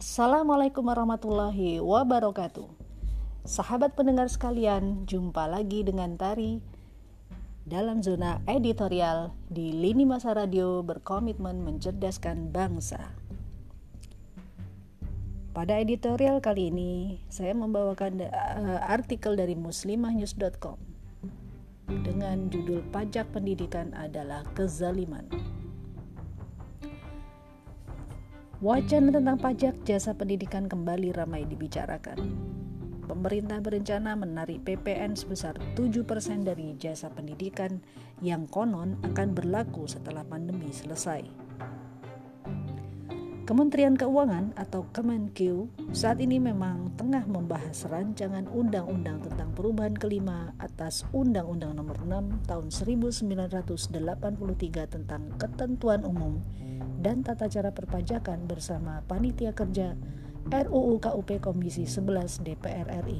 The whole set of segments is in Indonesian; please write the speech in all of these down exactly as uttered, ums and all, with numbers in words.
Assalamualaikum warahmatullahi wabarakatuh. Sahabat pendengar sekalian, jumpa lagi dengan Tari dalam zona editorial di Lini Masa Radio berkomitmen mencerdaskan bangsa. Pada editorial kali ini, saya membawakan uh, artikel dari muslimah news dot com dengan judul Pajak Pendidikan Adalah Kezaliman. Wacana tentang pajak jasa pendidikan kembali ramai dibicarakan. Pemerintah berencana menarik P P N sebesar tujuh persen dari jasa pendidikan yang konon akan berlaku setelah pandemi selesai. Kementerian Keuangan atau Kemenkeu saat ini memang tengah membahas rancangan undang-undang tentang perubahan kelima atas Undang-Undang Nomor enam Tahun seribu sembilan ratus delapan puluh tiga tentang Ketentuan Umum dan Tata Cara Perpajakan bersama Panitia Kerja R U U K U P Komisi sebelas D P R R I.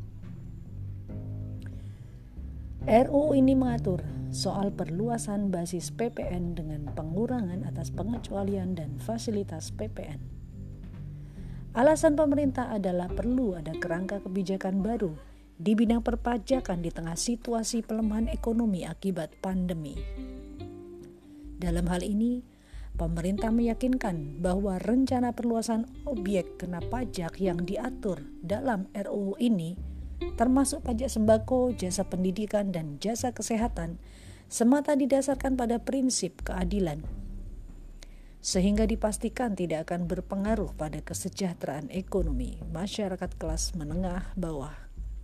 R U U ini mengatur soal perluasan basis P P N dengan pengurangan atas pengecualian dan fasilitas P P N. Alasan pemerintah adalah perlu ada kerangka kebijakan baru di bidang perpajakan di tengah situasi pelemahan ekonomi akibat pandemi. Dalam hal ini, pemerintah meyakinkan bahwa rencana perluasan objek kena pajak yang diatur dalam R U U ini, termasuk pajak sembako, jasa pendidikan, dan jasa kesehatan, semata didasarkan pada prinsip keadilan, sehingga dipastikan tidak akan berpengaruh pada kesejahteraan ekonomi masyarakat kelas menengah bawah.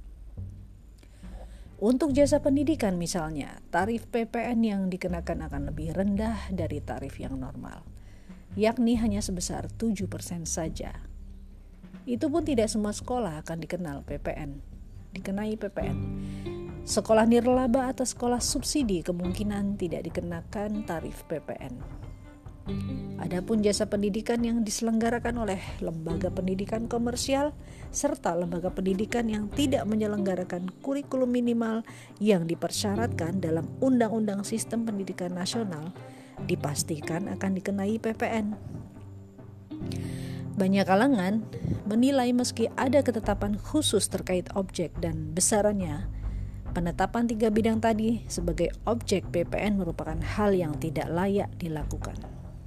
Untuk jasa pendidikan misalnya, tarif P P N yang dikenakan akan lebih rendah dari tarif yang normal, yakni hanya sebesar tujuh persen saja. Itu pun tidak semua sekolah akan dikenal P P N, dikenai P P N. Sekolah nirlaba atau sekolah subsidi kemungkinan tidak dikenakan tarif P P N. Adapun jasa pendidikan yang diselenggarakan oleh lembaga pendidikan komersial serta lembaga pendidikan yang tidak menyelenggarakan kurikulum minimal yang dipersyaratkan dalam Undang-Undang Sistem Pendidikan Nasional dipastikan akan dikenai P P N. Banyak kalangan menilai meski ada ketetapan khusus terkait objek dan besarannya, penetapan tiga bidang tadi sebagai objek P P N merupakan hal yang tidak layak dilakukan.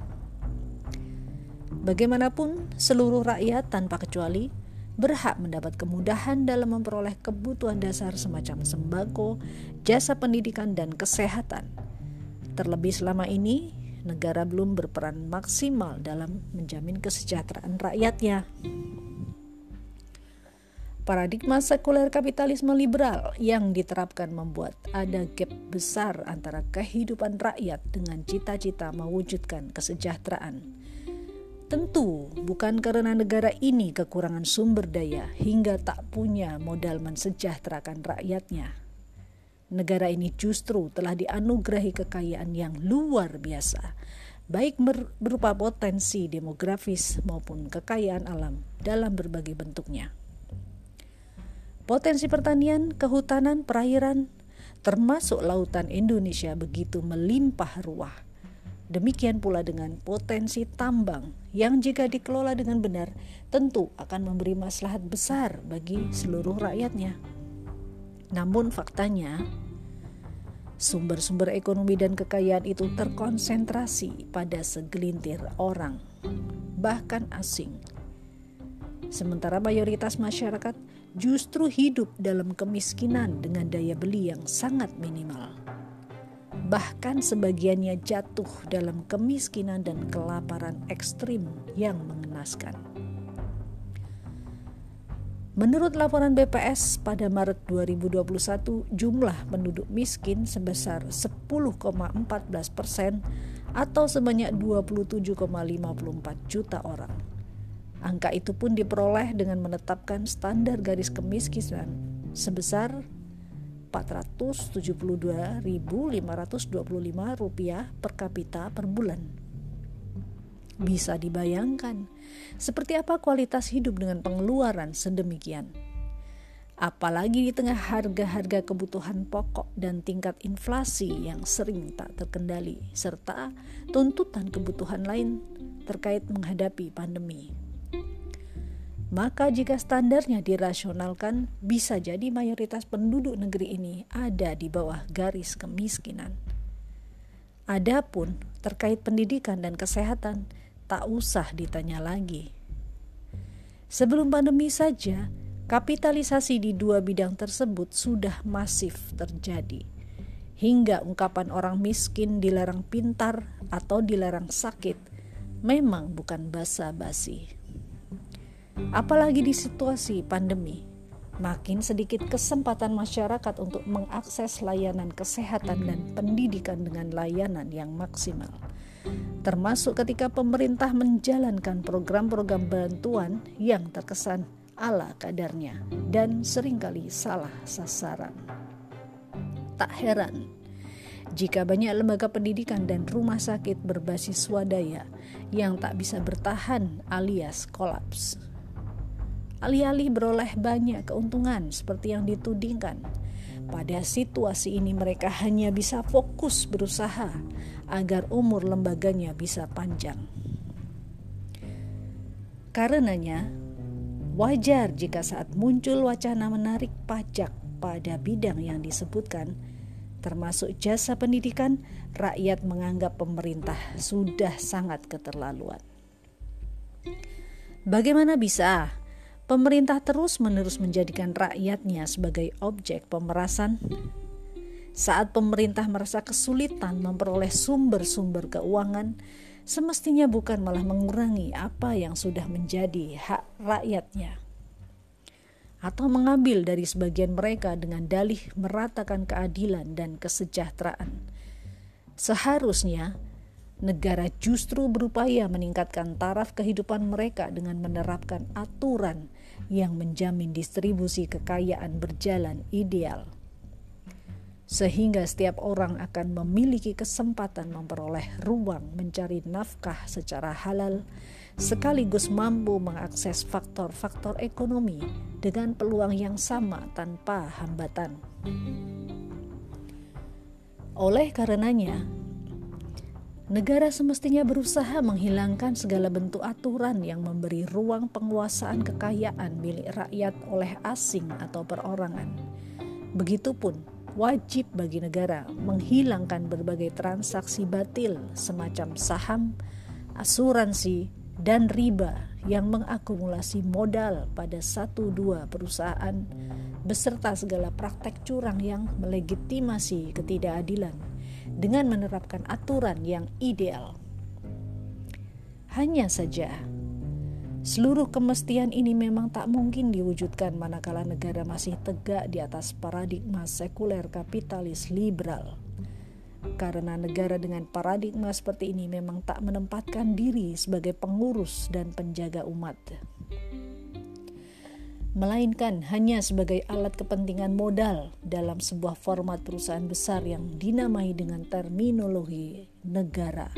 Bagaimanapun, seluruh rakyat tanpa kecuali berhak mendapat kemudahan dalam memperoleh kebutuhan dasar semacam sembako, jasa pendidikan, dan kesehatan. Terlebih selama ini, negara belum berperan maksimal dalam menjamin kesejahteraan rakyatnya. Paradigma sekuler kapitalisme liberal yang diterapkan membuat ada gap besar antara kehidupan rakyat dengan cita-cita mewujudkan kesejahteraan. Tentu bukan karena negara ini kekurangan sumber daya hingga tak punya modal mensejahterakan rakyatnya. Negara ini justru telah dianugerahi kekayaan yang luar biasa, baik berupa potensi demografis maupun kekayaan alam dalam berbagai bentuknya. Potensi pertanian, kehutanan, perairan, termasuk lautan Indonesia begitu melimpah ruah. Demikian pula dengan potensi tambang yang jika dikelola dengan benar tentu akan memberi maslahat besar bagi seluruh rakyatnya. Namun faktanya, sumber-sumber ekonomi dan kekayaan itu terkonsentrasi pada segelintir orang, bahkan asing. Sementara mayoritas masyarakat justru hidup dalam kemiskinan dengan daya beli yang sangat minimal. Bahkan sebagiannya jatuh dalam kemiskinan dan kelaparan ekstrim yang mengenaskan. Menurut laporan B P S pada Maret dua ribu dua puluh satu, jumlah penduduk miskin sebesar sepuluh koma empat belas persen atau sebanyak dua puluh tujuh koma lima puluh empat juta orang. Angka itu pun diperoleh dengan menetapkan standar garis kemiskinan sebesar empat ratus tujuh puluh dua ribu lima ratus dua puluh lima rupiah per kapita per bulan. Bisa dibayangkan seperti apa kualitas hidup dengan pengeluaran sedemikian. Apalagi di tengah harga-harga kebutuhan pokok dan tingkat inflasi yang sering tak terkendali, serta tuntutan kebutuhan lain terkait menghadapi pandemi. Maka jika standarnya dirasionalkan, bisa jadi mayoritas penduduk negeri ini ada di bawah garis kemiskinan. Adapun terkait pendidikan dan kesehatan, tak usah ditanya lagi. Sebelum pandemi saja, kapitalisasi di dua bidang tersebut sudah masif terjadi. Hingga ungkapan orang miskin dilarang pintar atau dilarang sakit memang bukan basa-basi. Apalagi di situasi pandemi, makin sedikit kesempatan masyarakat untuk mengakses layanan kesehatan dan pendidikan dengan layanan yang maksimal. Termasuk ketika pemerintah menjalankan program-program bantuan yang terkesan ala kadarnya dan seringkali salah sasaran. Tak heran jika banyak lembaga pendidikan dan rumah sakit berbasis swadaya yang tak bisa bertahan alias kolaps. Alih-alih beroleh banyak keuntungan seperti yang ditudingkan, pada situasi ini mereka hanya bisa fokus berusaha agar umur lembaganya bisa panjang. Karenanya, wajar jika saat muncul wacana menarik pajak pada bidang yang disebutkan, termasuk jasa pendidikan, rakyat menganggap pemerintah sudah sangat keterlaluan. Bagaimana bisa pemerintah terus-menerus menjadikan rakyatnya sebagai objek pemerasan? Saat pemerintah merasa kesulitan memperoleh sumber-sumber keuangan, semestinya bukan malah mengurangi apa yang sudah menjadi hak rakyatnya, atau mengambil dari sebagian mereka dengan dalih meratakan keadilan dan kesejahteraan. Seharusnya negara justru berupaya meningkatkan taraf kehidupan mereka dengan menerapkan aturan yang menjamin distribusi kekayaan berjalan ideal, sehingga setiap orang akan memiliki kesempatan memperoleh ruang mencari nafkah secara halal, sekaligus mampu mengakses faktor-faktor ekonomi dengan peluang yang sama tanpa hambatan. Oleh karenanya, negara semestinya berusaha menghilangkan segala bentuk aturan yang memberi ruang penguasaan kekayaan milik rakyat oleh asing atau perorangan. Begitupun wajib bagi negara menghilangkan berbagai transaksi batil semacam saham, asuransi, dan riba yang mengakumulasi modal pada satu dua perusahaan beserta segala praktek curang yang melegitimasi ketidakadilan dengan menerapkan aturan yang ideal. Hanya saja, seluruh kemestian ini memang tak mungkin diwujudkan manakala negara masih tegak di atas paradigma sekuler kapitalis liberal. Karena negara dengan paradigma seperti ini memang tak menempatkan diri sebagai pengurus dan penjaga umat, melainkan hanya sebagai alat kepentingan modal dalam sebuah format perusahaan besar yang dinamai dengan terminologi negara.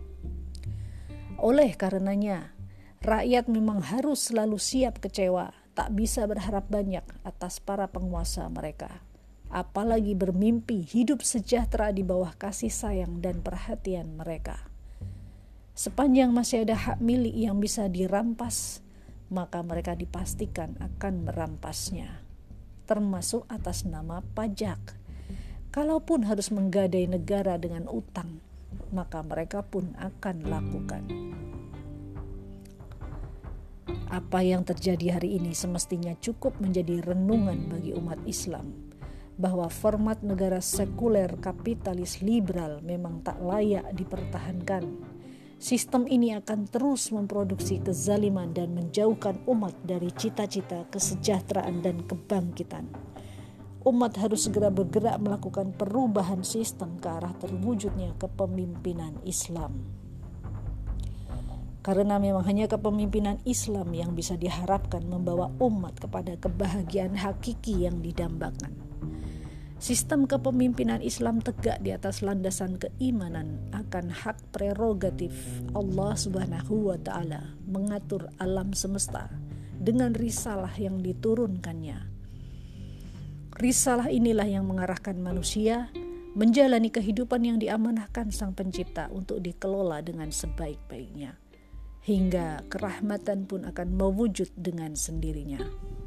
Oleh karenanya, rakyat memang harus selalu siap kecewa, tak bisa berharap banyak atas para penguasa mereka, apalagi bermimpi hidup sejahtera di bawah kasih sayang dan perhatian mereka. Sepanjang masih ada hak milik yang bisa dirampas, maka mereka dipastikan akan merampasnya, termasuk atas nama pajak. Kalaupun harus menggadai negara dengan utang, maka mereka pun akan lakukan. Apa yang terjadi hari ini semestinya cukup menjadi renungan bagi umat Islam, bahwa format negara sekuler kapitalis liberal memang tak layak dipertahankan. Sistem ini akan terus memproduksi kezaliman dan menjauhkan umat dari cita-cita kesejahteraan dan kebangkitan. Umat harus segera bergerak melakukan perubahan sistem ke arah terwujudnya kepemimpinan Islam. Karena memang hanya kepemimpinan Islam yang bisa diharapkan membawa umat kepada kebahagiaan hakiki yang didambakan. Sistem kepemimpinan Islam tegak di atas landasan keimanan akan hak prerogatif Allah Subhanahu wa Ta'ala mengatur alam semesta dengan risalah yang diturunkannya. Risalah inilah yang mengarahkan manusia menjalani kehidupan yang diamanahkan Sang Pencipta untuk dikelola dengan sebaik-baiknya, hingga kerahmatan pun akan mewujud dengan sendirinya.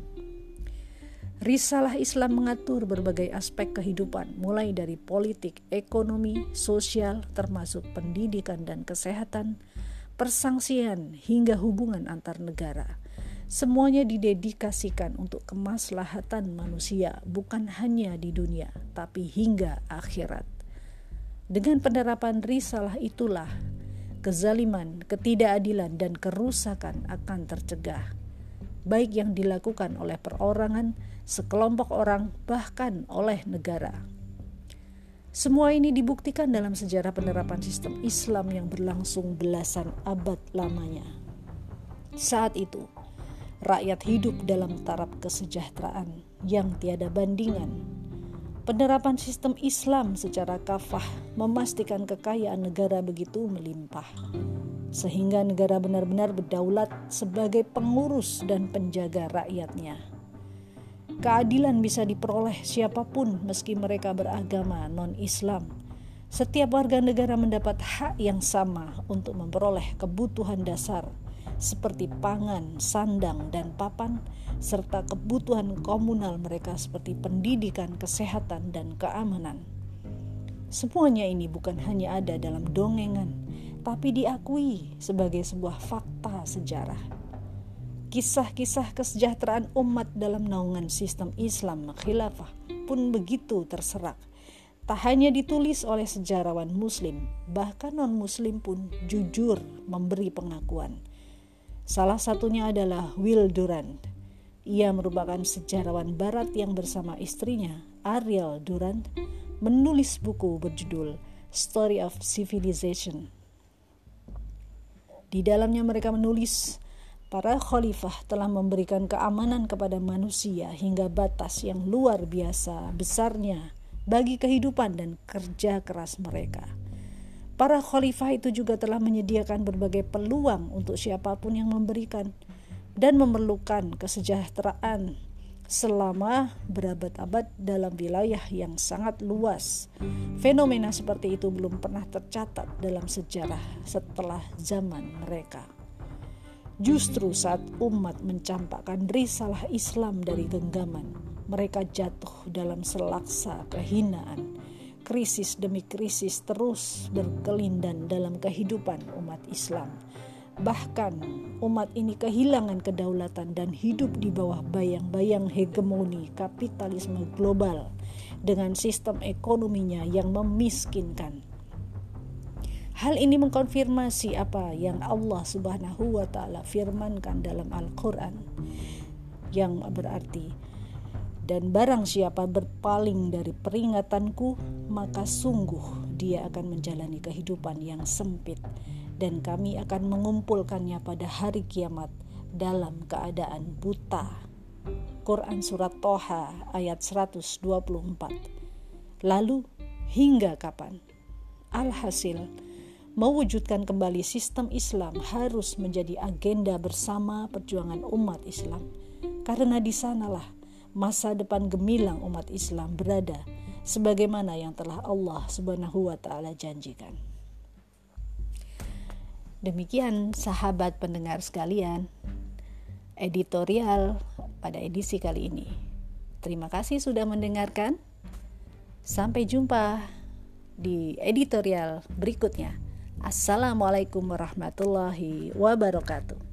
Risalah Islam mengatur berbagai aspek kehidupan, mulai dari politik, ekonomi, sosial, termasuk pendidikan dan kesehatan, persangsian, hingga hubungan antar negara. Semuanya didedikasikan untuk kemaslahatan manusia, bukan hanya di dunia, tapi hingga akhirat. Dengan penerapan risalah itulah, kezaliman, ketidakadilan, dan kerusakan akan tercegah, baik yang dilakukan oleh perorangan, sekelompok orang, bahkan oleh negara. Semua ini dibuktikan dalam sejarah penerapan sistem Islam yang berlangsung belasan abad lamanya. Saat itu, rakyat hidup dalam taraf kesejahteraan yang tiada bandingan. Penerapan sistem Islam secara kafah memastikan kekayaan negara begitu melimpah, sehingga negara benar-benar berdaulat sebagai pengurus dan penjaga rakyatnya. Keadilan bisa diperoleh siapapun meski mereka beragama non-Islam. Setiap warga negara mendapat hak yang sama untuk memperoleh kebutuhan dasar seperti pangan, sandang, dan papan, serta kebutuhan komunal mereka seperti pendidikan, kesehatan, dan keamanan. Semuanya ini bukan hanya ada dalam dongengan, tapi diakui sebagai sebuah fakta sejarah. Kisah-kisah kesejahteraan umat dalam naungan sistem Islam khilafah pun begitu terserak. Tak hanya ditulis oleh sejarawan muslim, bahkan non-muslim pun jujur memberi pengakuan. Salah satunya adalah Will Durant. Ia merupakan sejarawan barat yang bersama istrinya, Ariel Durant, menulis buku berjudul Story of Civilization. Di dalamnya mereka menulis, para khalifah telah memberikan keamanan kepada manusia hingga batas yang luar biasa besarnya bagi kehidupan dan kerja keras mereka. Para khalifah itu juga telah menyediakan berbagai peluang untuk siapapun yang memberikan dan memerlukan kesejahteraan selama berabad-abad dalam wilayah yang sangat luas. Fenomena seperti itu belum pernah tercatat dalam sejarah setelah zaman mereka. Justru saat umat mencampakkan risalah Islam dari genggaman, mereka jatuh dalam selaksa kehinaan. Krisis demi krisis terus berkelindan dalam kehidupan umat Islam. Bahkan umat ini kehilangan kedaulatan dan hidup di bawah bayang-bayang hegemoni kapitalisme global dengan sistem ekonominya yang memiskinkan. Hal ini mengkonfirmasi apa yang Allah Subhanahu wa Ta'ala firmankan dalam Al-Quran, yang berarti, dan barang siapa berpaling dari peringatanku, maka sungguh dia akan menjalani kehidupan yang sempit, dan kami akan mengumpulkannya pada hari kiamat dalam keadaan buta. Quran Surat Toha ayat seratus dua puluh empat. Lalu, hingga kapan? Alhasil, mewujudkan kembali sistem Islam harus menjadi agenda bersama perjuangan umat Islam, karena di sanalah masa depan gemilang umat Islam berada, sebagaimana yang telah Allah Subhanahu wa Ta'ala janjikan. Demikian sahabat pendengar sekalian, editorial pada edisi kali ini. Terima kasih sudah mendengarkan. Sampai jumpa di editorial berikutnya. Assalamualaikum warahmatullahi wabarakatuh.